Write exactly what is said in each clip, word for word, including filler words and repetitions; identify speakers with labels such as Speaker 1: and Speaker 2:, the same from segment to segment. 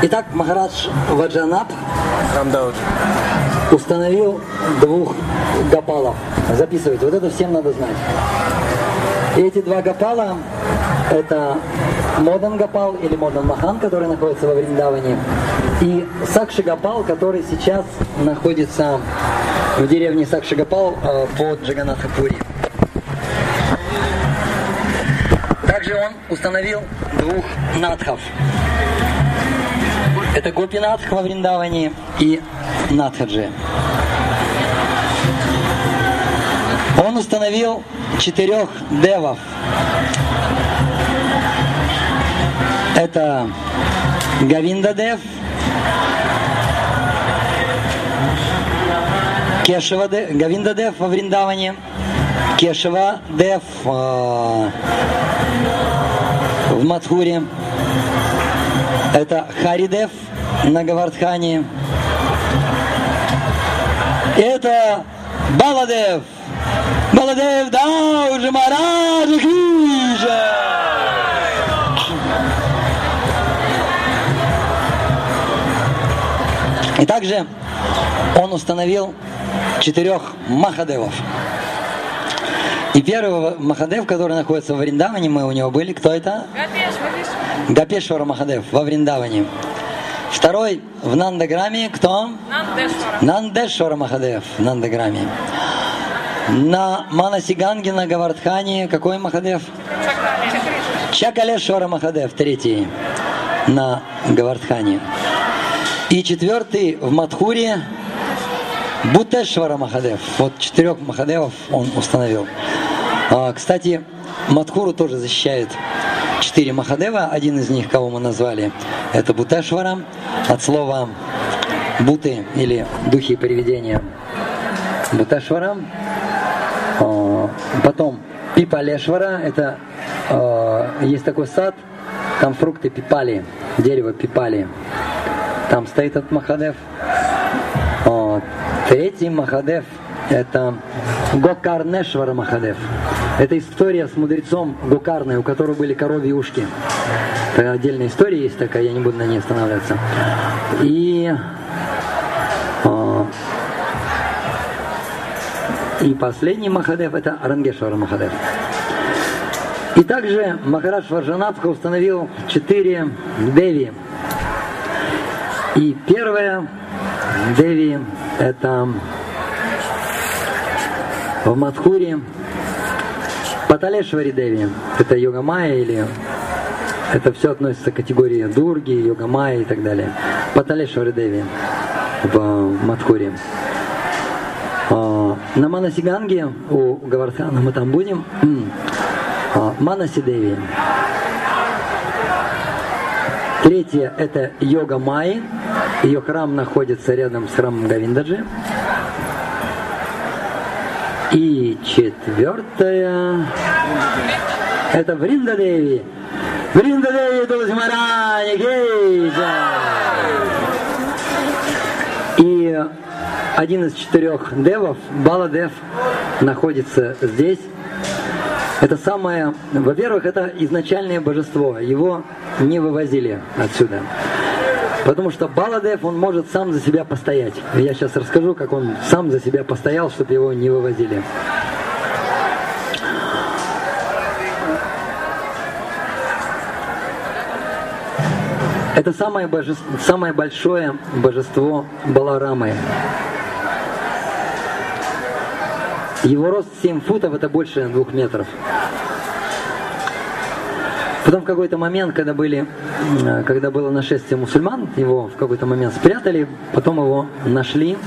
Speaker 1: Итак, Махарадж Ваджанат установил двух гопалов. Записывайте, вот это всем надо знать. И эти два гопала — это Модан Гопал или Модан Махан, который находится во Вриндаване, и Сакши Гопал, который сейчас находится в деревне Сакши Гопал под Джаганатха-Пури. Также он установил двух надхов. Это Гопинатх во Вриндаване и Надхаджи. Он установил четырех девов. Это Гавинда Дев, Кешава Дев, Гавинда Дев во Вриндаване, Кешава Дев э, в Мадхуре, это Харидев на Гавардхане, и это Баладев. Баладев, да, уже Махараджа Киша! И также он установил четырех Махадевов. И первый Махадев, который находится во Вриндаване, мы у него были, кто это? Гопешвара. Гопешвара Махадев во Вриндаване. Второй в Нандаграме, кто? Нандешвара. Нандешвара Махадев в Нандаграме. На Манасиганге, на Гавардхане, какой Махадев? Чакалешвара Махадев, третий на Гавардхане. И четвертый в Мадхуре Бутешвара Махадев. Вот четырех Махадевов он установил. А, кстати, Мадхуру тоже защищает четыре Махадева. Один из них, кого мы назвали, это Бутешвара, от слова Буты или духи привидения. Бутешвара. А, потом Пипалешвара. Это а, есть такой сад, там фрукты пипали, дерево пипали. Там стоит этот Махадев. О, третий Махадев — это Гокарнешвара Махадев. Это история с мудрецом Гокарной, у которого были коровьи ушки. Это отдельная история есть такая, я не буду на ней останавливаться. И, о, и последний Махадев — это Рангешвара Махадев. И также Махарадж Ваджанатха установил четыре деви. И первая деви — это в Мадхуре Паталешвари Деви. Это Йога-майя, или это все относится к категории Дурги, Йога-майя и так далее. Паталешвари Деви в Мадхуре. На Манасиганге у Гавардхана мы там будем. Манаси Деви. Третье — это Йога-майя. Ее храм находится рядом с храмом Гавиндаджи. И четвертое — это Вриндадеви. Вриндадеви Тулси Махарадж Ки Джай. И один из четырех девов, Баладев, находится здесь. Это самое, во-первых, это изначальное божество. Его не вывозили отсюда. Потому что Баладев, он может сам за себя постоять. Я сейчас расскажу, как он сам за себя постоял, чтобы его не вывозили. Это самое, божество, самое большое божество Баларамы. Его рост семь футов, это больше двух метров. Потом в какой-то момент, когда, были, когда было нашествие мусульман, его в какой-то момент спрятали, потом его нашли.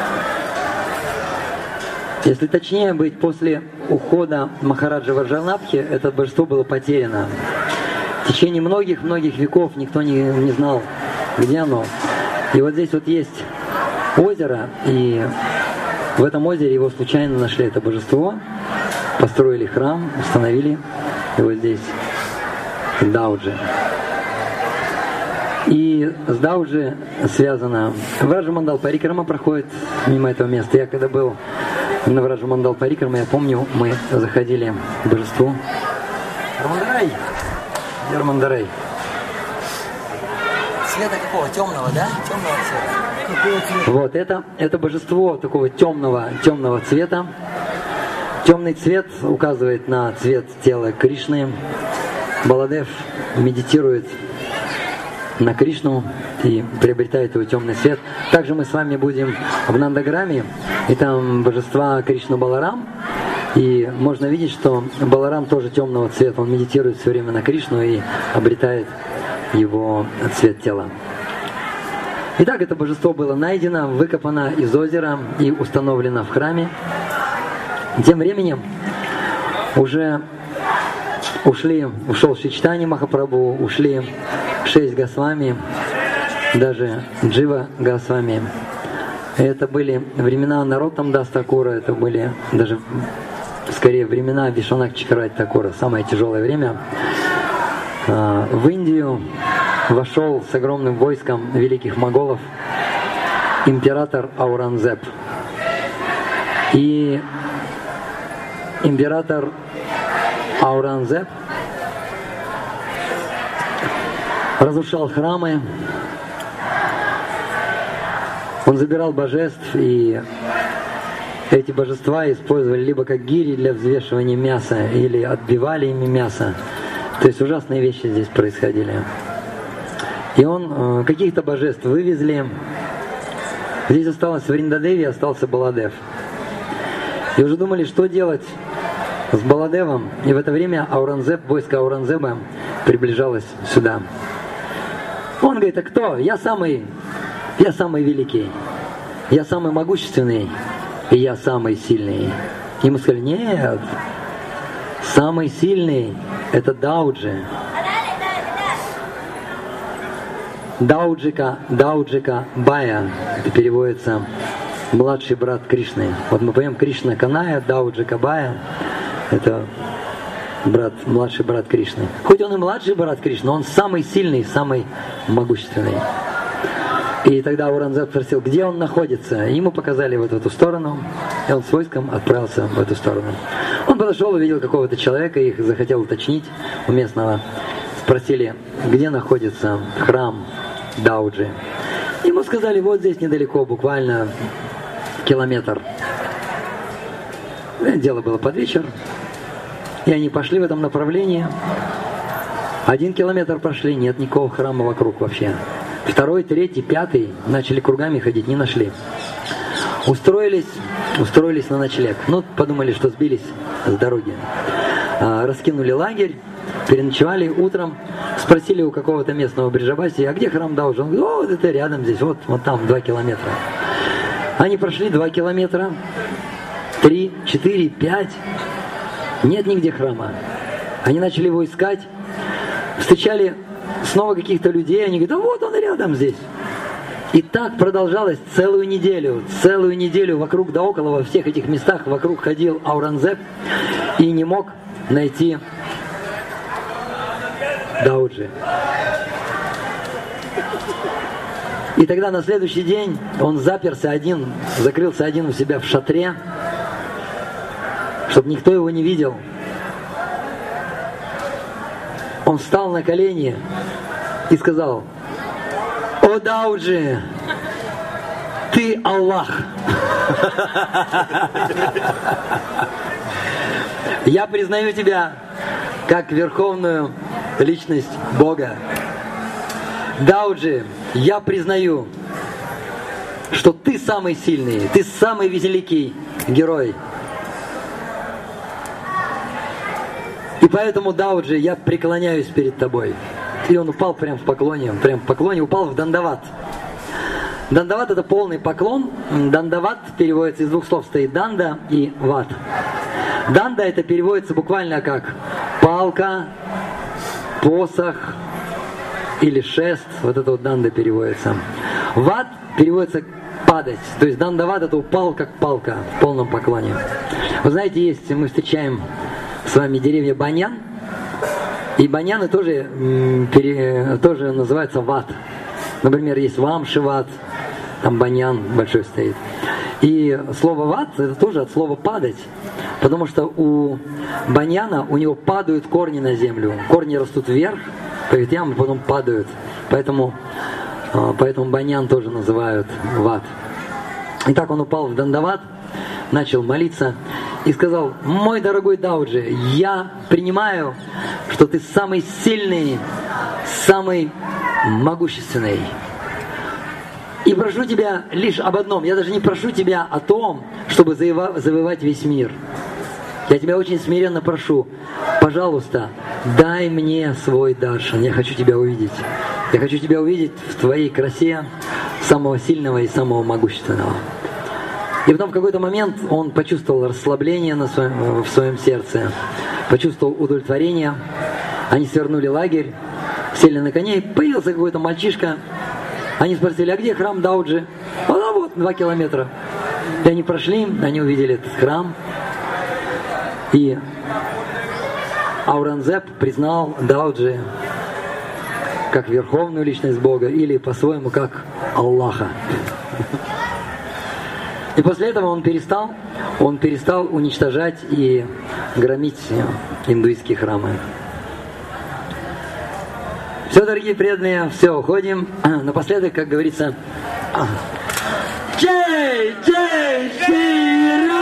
Speaker 1: Если точнее быть, после ухода Махараджа Ваджанатхи это божество было потеряно. В течение многих-многих веков никто не, не знал, где оно. И вот здесь вот есть озеро, и в этом озере его случайно нашли, это божество, построили храм, установили его здесь. Дауджи. И с Дауджи связано... Враджа-мандал Парикрама проходит мимо этого места. Я когда был на Враджа-мандал Парикрама, я помню, мы заходили к божеству. Ярмандарай! Ярмандарай! Цвета какого? Темного, да? Темного цвета. Вот, это, это божество такого темного, темного цвета. Темный цвет указывает на цвет тела Кришны. Баладев медитирует на Кришну и приобретает его темный цвет. Также мы с вами будем в Нандаграме, и там божества Кришна Баларам. И можно видеть, что Баларам тоже темного цвета. Он медитирует все время на Кришну и обретает его цвет тела. Итак, это божество было найдено, выкопано из озера и установлено в храме. Тем временем уже ушли, ушел Шри Чайтанья Махапрабху, ушли шесть Госвами, даже Джива Госвами. Это были времена Нароттам Дас Такура, это были даже скорее времена Вишванатха Чакраварти Такура, самое тяжелое время. В Индию вошел с огромным войском великих моголов император Аурангзеб. И император Аурангзеб разрушал храмы, он забирал божеств, и эти божества использовали либо как гири для взвешивания мяса, или отбивали ими мясо. То есть ужасные вещи здесь происходили. И он каких-то божеств вывезли. Здесь осталось в Вриндадеве, остался Баладев. И уже думали, что делать с Баладевом. И в это время Аурангзеб, войско Аурангзеба приближалось сюда. Он говорит: а кто? Я самый, я самый великий, я самый могущественный, и я самый сильный. Ему сказали: нет, самый сильный — это Дауджи. Дауджика, Дауджика Бая. Это переводится младший брат Кришны. Вот мы поем Кришна Каная, Дауджика Бая. Это брат, младший брат Кришны. Хоть он и младший брат Кришны, он самый сильный, самый могущественный. И тогда Аурангзеб спросил, где он находится. Ему показали вот в эту сторону, и он с войском отправился в эту сторону. Он подошел, увидел какого-то человека, их захотел уточнить у местного. Спросили, где находится храм Дауджи. Ему сказали, вот здесь недалеко, буквально километр. Дело было под вечер. И они пошли в этом направлении. Один километр прошли, нет никакого храма вокруг вообще. Второй, третий, пятый начали кругами ходить, не нашли. Устроились, устроились на ночлег. Ну, подумали, что сбились с дороги. А, раскинули лагерь, переночевали. Утром спросили у какого-то местного бриджабаси, а где храм Дауджи? Он говорит, о, вот это рядом здесь, вот, вот там, два километра. Они прошли два километра, три, четыре, пять. Нет нигде храма. Они начали его искать, встречали снова каких-то людей, они говорят, да вот он рядом здесь. И так продолжалось целую неделю. Целую неделю вокруг да около, во всех этих местах вокруг ходил Аурангзеб и не мог найти Дауджи. И тогда на следующий день он заперся один, закрылся один у себя в шатре, чтобы никто его не видел. Он встал на колени и сказал, о Дауджи, ты Аллах. Я признаю тебя как верховную личность Бога. Дауджи, я признаю, что ты самый сильный, ты самый великий герой. И поэтому, Дауджи, я преклоняюсь перед тобой. И он упал прямо в поклоне, прямо в поклоне, упал в дандават. Дандават — это полный поклон. Дандават переводится из двух слов, стоит данда и ват. Данда — это переводится буквально как палка, посох или шест. Вот это вот данда переводится. Ват переводится падать. То есть дандават — это упал как палка в полном поклоне. Вы знаете, есть, мы встречаем с вами деревья баньян. И баньяны тоже, пере, тоже называются ват. Например, есть вамши-ват, там баньян большой стоит. И слово ват — это тоже от слова падать. Потому что у баньяна, у него падают корни на землю. Корни растут вверх по ветвям, и потом падают. Поэтому Поэтому баньян тоже называют ват. Итак, он упал в дандават, начал молиться и сказал: мой дорогой Дауджи, я принимаю, что ты самый сильный, самый могущественный. И прошу тебя лишь об одном. Я даже не прошу тебя о том, чтобы завоевать весь мир. Я тебя очень смиренно прошу, пожалуйста, дай мне свой даршан. Я хочу тебя увидеть. Я хочу тебя увидеть в твоей красе самого сильного и самого могущественного. И потом в какой-то момент он почувствовал расслабление на своем, в своем сердце, почувствовал удовлетворение. Они свернули лагерь, сели на коней, появился какой-то мальчишка. Они спросили: а где храм Дауджи? А вот, два километра. И они прошли, они увидели этот храм. И Ауранзеб признал Дауджи как верховную личность Бога или по-своему как Аллаха. И после этого он перестал, он перестал уничтожать и громить индуистские храмы. Все, дорогие преданные, все, уходим. Напоследок, как говорится, Джей, Джей, Шри